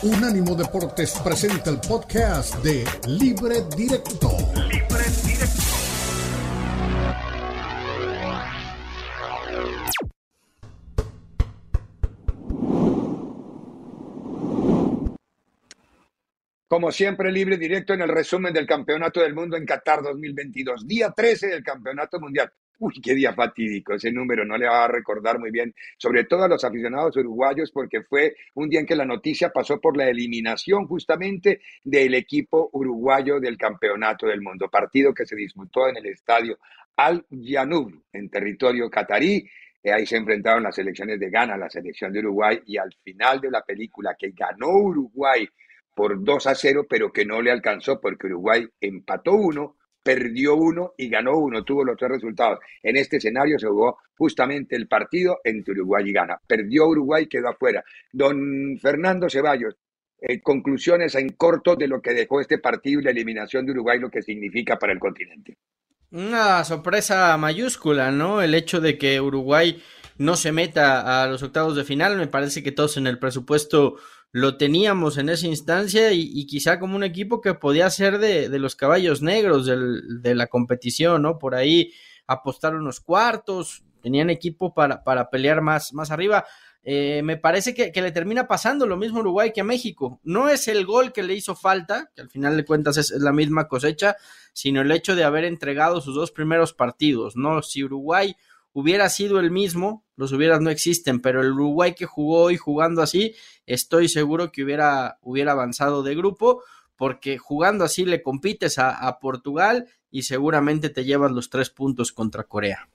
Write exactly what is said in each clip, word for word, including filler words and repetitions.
Unánimo Deportes presenta el podcast de Libre Directo. Libre Directo. Como siempre, Libre Directo en el resumen del Campeonato del Mundo en Qatar dos mil veintidós. Día trece del Campeonato Mundial. Uy, qué día fatídico. Ese número no le va a recordar muy bien, sobre todo a los aficionados uruguayos, porque fue un día en que la noticia pasó por la eliminación justamente del equipo uruguayo del Campeonato del Mundo. Partido que se disputó en el estadio Al Janoub, en territorio catarí. Eh, ahí se enfrentaron las selecciones de Ghana, la selección de Uruguay, y al final de la película, que ganó Uruguay por dos a cero, pero que no le alcanzó porque Uruguay empató uno, perdió uno y ganó uno, tuvo los tres resultados. En este escenario se jugó justamente el partido entre Uruguay y Ghana. Perdió Uruguay, quedó afuera. Don Fernando Ceballos, eh, conclusiones en corto de lo que dejó este partido y la eliminación de Uruguay, lo que significa para el continente. Una sorpresa mayúscula, ¿no? El hecho de que Uruguay no se meta a los octavos de final, me parece que todos en el presupuesto lo teníamos en esa instancia y, y quizá como un equipo que podía ser de, de los caballos negros del, de la competición, ¿no? Por ahí apostaron unos cuartos, tenían equipo para, para pelear más, más arriba. Eh, me parece que, que le termina pasando lo mismo a Uruguay que a México. No es el gol que le hizo falta, que al final de cuentas es, es la misma cosecha, sino el hecho de haber entregado sus dos primeros partidos, ¿no? Si Uruguay hubiera sido el mismo, los hubieras no existen, pero el Uruguay que jugó hoy jugando así, estoy seguro que hubiera, hubiera avanzado de grupo, porque jugando así le compites a, a Portugal y seguramente te llevas los tres puntos contra Corea.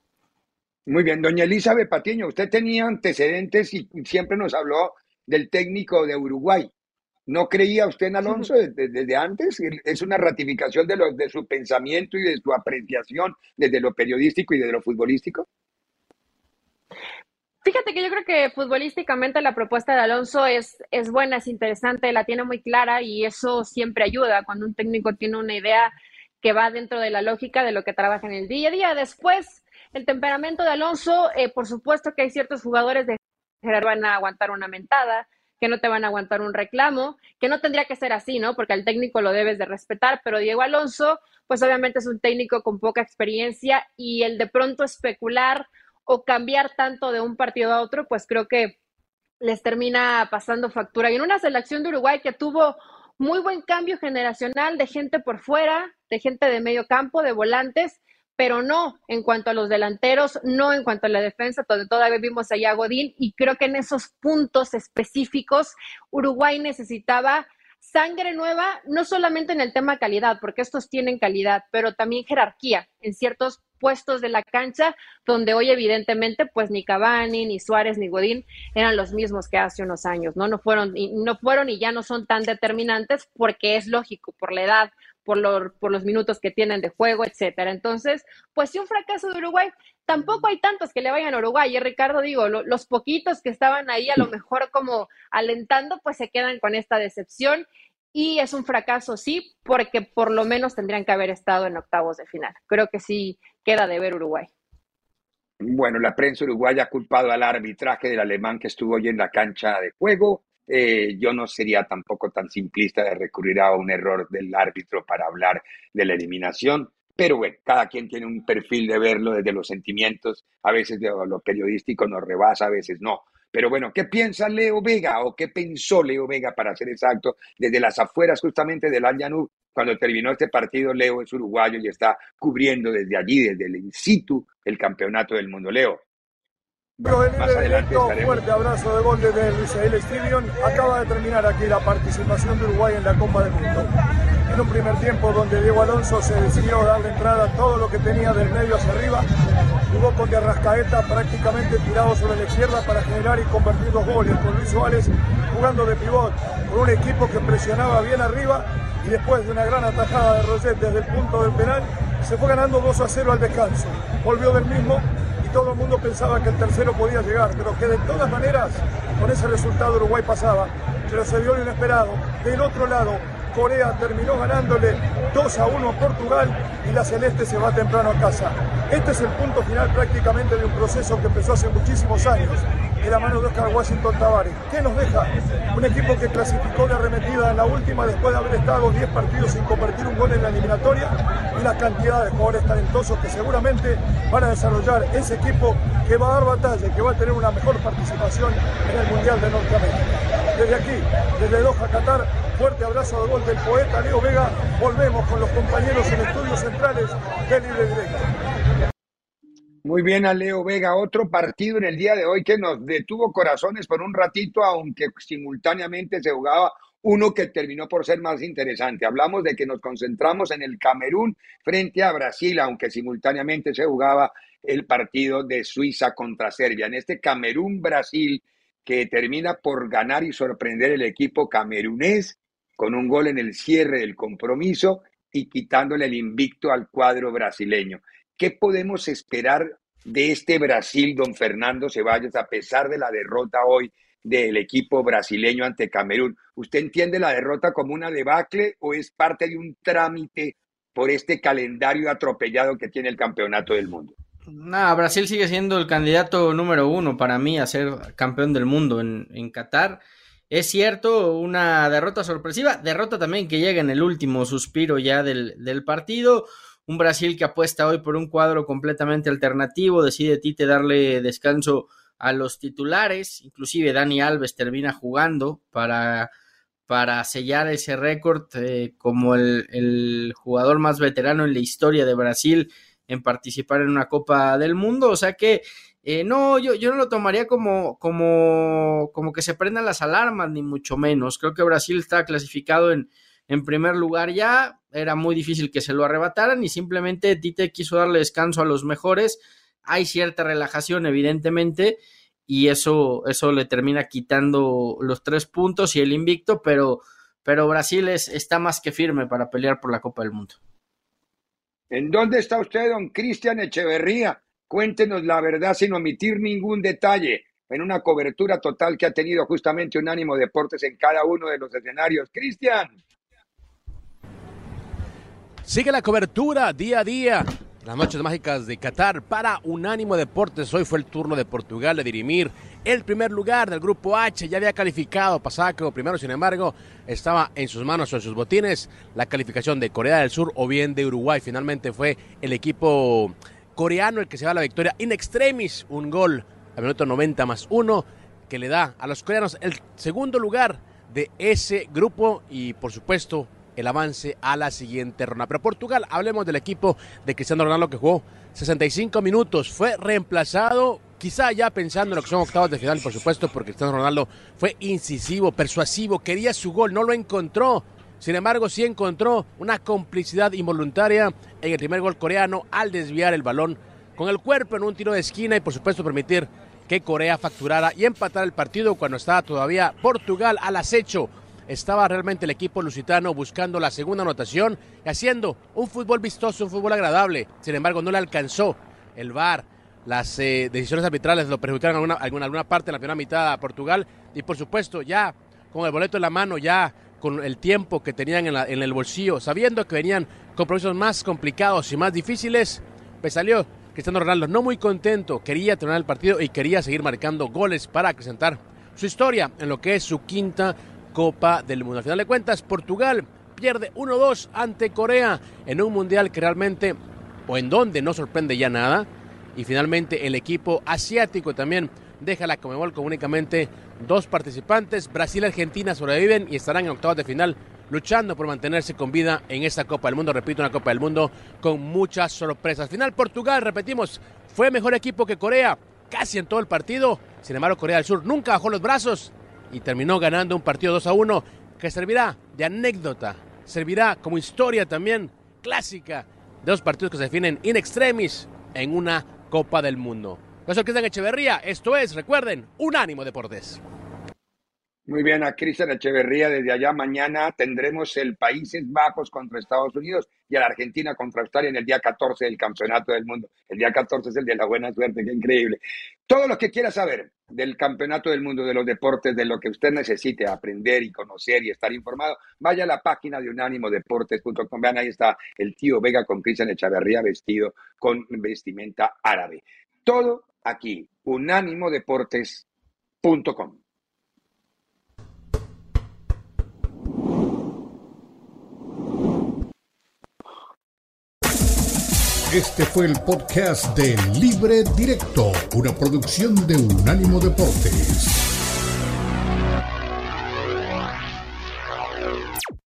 Muy bien, doña Elizabeth Patiño, usted tenía antecedentes y siempre nos habló del técnico de Uruguay. ¿No creía usted en Alonso desde, desde antes? ¿Es una ratificación de, lo, de su pensamiento y de su apreciación desde lo periodístico y desde lo futbolístico? Fíjate que yo creo que futbolísticamente la propuesta de Alonso es, es buena, es interesante, la tiene muy clara y eso siempre ayuda cuando un técnico tiene una idea que va dentro de la lógica de lo que trabaja en el día a día. Después, el temperamento de Alonso, eh, por supuesto que hay ciertos jugadores de que van a aguantar una mentada, que no te van a aguantar un reclamo, que no tendría que ser así, ¿no? Porque al técnico lo debes de respetar, pero Diego Alonso, pues obviamente es un técnico con poca experiencia y el de pronto especular o cambiar tanto de un partido a otro, pues creo que les termina pasando factura. Y en una selección de Uruguay que tuvo muy buen cambio generacional de gente por fuera, de gente de medio campo, de volantes, pero no en cuanto a los delanteros, no en cuanto a la defensa, donde todavía vimos allá a Godín, y creo que en esos puntos específicos Uruguay necesitaba sangre nueva, no solamente en el tema calidad, porque estos tienen calidad, pero también jerarquía en ciertos puestos de la cancha, donde hoy evidentemente pues ni Cavani, ni Suárez, ni Godín eran los mismos que hace unos años, ¿no? No fueron, y, no fueron y ya no son tan determinantes porque es lógico, por la edad, por, lo, por los minutos que tienen de juego, etcétera. Entonces, pues sí, un fracaso de Uruguay. Tampoco hay tantos que le vayan a Uruguay, ¿eh, Ricardo? Digo, lo, los poquitos que estaban ahí a lo mejor como alentando, pues se quedan con esta decepción. Y es un fracaso, sí, porque por lo menos tendrían que haber estado en octavos de final. Creo que sí queda de ver Uruguay. Bueno, la prensa uruguaya ha culpado al arbitraje del alemán que estuvo hoy en la cancha de juego. Eh, yo no sería tampoco tan simplista de recurrir a un error del árbitro para hablar de la eliminación. Pero bueno, cada quien tiene un perfil de verlo desde los sentimientos. A veces de lo periodístico nos rebasa, a veces no. Pero bueno, ¿qué piensa Leo Vega o qué pensó Leo Vega, para ser exacto, desde las afueras justamente del Al Janoub? Cuando terminó este partido, Leo es uruguayo y está cubriendo desde allí, desde el in situ, el campeonato del mundo. Leo. Bueno, más adelante estaremos. Fuerte abrazo de gol desde el Lusail Stadium. Acaba de terminar aquí la participación de Uruguay en la Copa del Mundo. En un primer tiempo donde Diego Alonso se decidió darle entrada a todo lo que tenía del medio hacia arriba. Jugó con De Arrascaeta prácticamente tirado sobre la izquierda para generar y convertir dos goles, con Luis Suárez jugando de pivot, con un equipo que presionaba bien arriba y después de una gran atajada de Roget desde el punto del penal, se fue ganando dos a cero al descanso. Volvió del mismo y todo el mundo pensaba que el tercero podía llegar, pero que de todas maneras con ese resultado Uruguay pasaba, pero se dio lo inesperado. Del otro lado, Corea terminó ganándole dos a uno a Portugal y la Celeste se va temprano a casa. Este es el punto final prácticamente de un proceso que empezó hace muchísimos años. de la mano de Oscar Washington Tabárez. ¿Qué nos deja? Un equipo que clasificó de arremetida en la última después de haber estado diez partidos sin convertir un gol en la eliminatoria, y la cantidad de jugadores talentosos que seguramente van a desarrollar ese equipo que va a dar batalla y que va a tener una mejor participación en el Mundial de Norteamérica. Desde aquí, desde Doha, Qatar, fuerte abrazo de gol del poeta Leo Vega. Volvemos con los compañeros en estudios centrales de Libre Directo. Muy bien a Leo Vega, otro partido en el día de hoy que nos detuvo corazones por un ratito, aunque simultáneamente se jugaba uno que terminó por ser más interesante. Hablamos de que nos concentramos en el Camerún frente a Brasil, aunque simultáneamente se jugaba el partido de Suiza contra Serbia. En este Camerún-Brasil, que termina por ganar y sorprender el equipo camerunés con un gol en el cierre del compromiso y quitándole el invicto al cuadro brasileño. ¿Qué podemos esperar de este Brasil, don Fernando Ceballos, a pesar de la derrota hoy del equipo brasileño ante Camerún? ¿Usted entiende la derrota como una debacle o es parte de un trámite por este calendario atropellado que tiene el Campeonato del Mundo? No, Brasil sigue siendo el candidato número uno para mí a ser campeón del mundo en, en Qatar. Es cierto, una derrota sorpresiva, derrota también que llega en el último suspiro ya del, del partido. Un Brasil que apuesta hoy por un cuadro completamente alternativo, decide Tite darle descanso a los titulares, inclusive Dani Alves termina jugando para, para sellar ese récord eh, como el, el jugador más veterano en la historia de Brasil en participar en una Copa del Mundo, o sea que eh, no, yo, yo no lo tomaría como, como, como que se prendan las alarmas, ni mucho menos. Creo que Brasil está clasificado en En primer lugar ya, era muy difícil que se lo arrebataran y simplemente Tite quiso darle descanso a los mejores. Hay cierta relajación evidentemente y eso, eso le termina quitando los tres puntos y el invicto, pero, pero Brasil es, está más que firme para pelear por la Copa del Mundo. ¿En dónde está usted, don Cristian Echeverría? Cuéntenos la verdad sin omitir ningún detalle, en una cobertura total que ha tenido justamente Unánimo Deportes en cada uno de los escenarios. Cristian. Sigue la cobertura día a día, las noches mágicas de Qatar para Unánimo Deportes. Hoy fue el turno de Portugal de dirimir el primer lugar del grupo H. Ya había calificado, pasaba como primero, sin embargo, estaba en sus manos o en sus botines la calificación de Corea del Sur o bien de Uruguay. Finalmente fue el equipo coreano el que se va a la victoria in extremis, un gol al minuto noventa más uno que le da a los coreanos el segundo lugar de ese grupo y por supuesto el avance a la siguiente ronda. Pero Portugal, hablemos del equipo de Cristiano Ronaldo que jugó sesenta y cinco minutos, fue reemplazado, quizá ya pensando en lo que son octavos de final, por supuesto, porque Cristiano Ronaldo fue incisivo, persuasivo, quería su gol, no lo encontró. Sin embargo, sí encontró una complicidad involuntaria en el primer gol coreano al desviar el balón con el cuerpo en un tiro de esquina y por supuesto permitir que Corea facturara y empatara el partido cuando estaba todavía Portugal al acecho. Estaba realmente el equipo lusitano buscando la segunda anotación y haciendo un fútbol vistoso, un fútbol agradable. Sin embargo, no le alcanzó el V A R. Las eh, decisiones arbitrales lo perjudicaron en alguna, alguna, alguna parte en la primera mitad a Portugal. Y por supuesto, ya con el boleto en la mano, ya con el tiempo que tenían en, la, en el bolsillo, sabiendo que venían compromisos más complicados y más difíciles, pues salió Cristiano Ronaldo no muy contento. Quería terminar el partido y quería seguir marcando goles para acrecentar su historia en lo que es su quinta Copa del Mundo. Al final de cuentas, Portugal pierde uno dos ante Corea en un mundial que realmente, o en donde no sorprende ya nada. Y finalmente el equipo asiático también deja la Conmebol con únicamente dos participantes. Brasil y Argentina sobreviven y estarán en octavos de final luchando por mantenerse con vida en esta Copa del Mundo. Repito, una Copa del Mundo con muchas sorpresas. Al final Portugal, repetimos, fue mejor equipo que Corea casi en todo el partido. Sin embargo, Corea del Sur nunca bajó los brazos y terminó ganando un partido dos a uno que servirá de anécdota, servirá como historia también clásica de dos partidos que se definen in extremis en una Copa del Mundo. Yo soy Cristian Echeverría, esto es, recuerden, Unánimo Deportes. Muy bien, a Cristian Echeverría, desde allá mañana tendremos el Países Bajos contra Estados Unidos y a la Argentina contra Australia en el día catorce del Campeonato del Mundo. El día catorce es el de la buena suerte, qué increíble. Todo lo que quiera saber del Campeonato del Mundo, de los deportes, de lo que usted necesite aprender y conocer y estar informado, vaya a la página de unánimo deportes punto com. Vean, ahí está el tío Vega con Cristian Echeverría vestido con vestimenta árabe. Todo aquí, Unánimo Deportes punto com. Este fue el podcast de Libre Directo, una producción de Unánimo Deportes.